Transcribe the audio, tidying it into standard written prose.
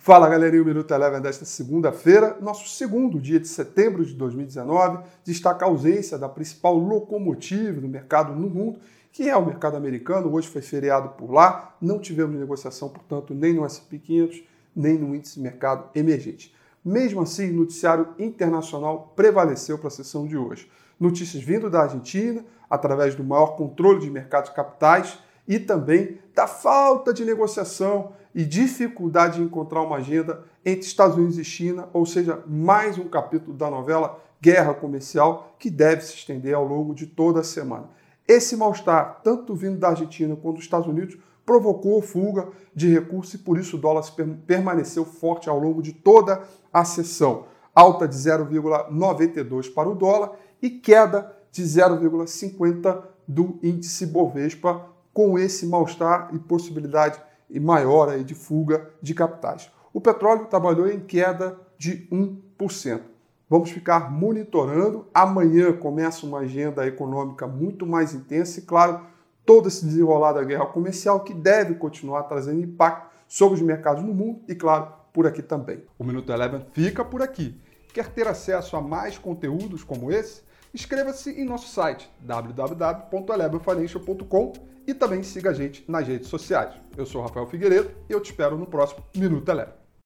Fala galerinha, o Minuto Eleven desta segunda-feira, nosso segundo dia de setembro de 2019, destaca a ausência da principal locomotiva do mercado no mundo, que é o mercado americano. Hoje foi feriado por lá, não tivemos negociação, portanto, nem no S&P 500, nem no índice de mercado emergente. Mesmo assim, o noticiário internacional prevaleceu para a sessão de hoje. Notícias vindo da Argentina, através do maior controle de mercados de capitais, e também da falta de negociação e dificuldade de encontrar uma agenda entre Estados Unidos e China, ou seja, mais um capítulo da novela Guerra Comercial que deve se estender ao longo de toda a semana. Esse mal-estar, tanto vindo da Argentina quanto dos Estados Unidos, provocou fuga de recursos e por isso o dólar permaneceu forte ao longo de toda a sessão. Alta de 0,92 para o dólar e queda de 0,50 do índice Bovespa, com esse mal-estar e possibilidade maior aí de fuga de capitais. O petróleo trabalhou em queda de 1%. Vamos ficar monitorando. Amanhã começa uma agenda econômica muito mais intensa e, claro, todo esse desenrolar da guerra comercial que deve continuar trazendo impacto sobre os mercados no mundo e, claro, por aqui também. O Minuto Eleven fica por aqui. Quer ter acesso a mais conteúdos como esse? Inscreva-se em nosso site www.elevenfinancial.com e também siga a gente nas redes sociais. Eu sou Rafael Figueiredo e eu te espero no próximo Minuto Eleven.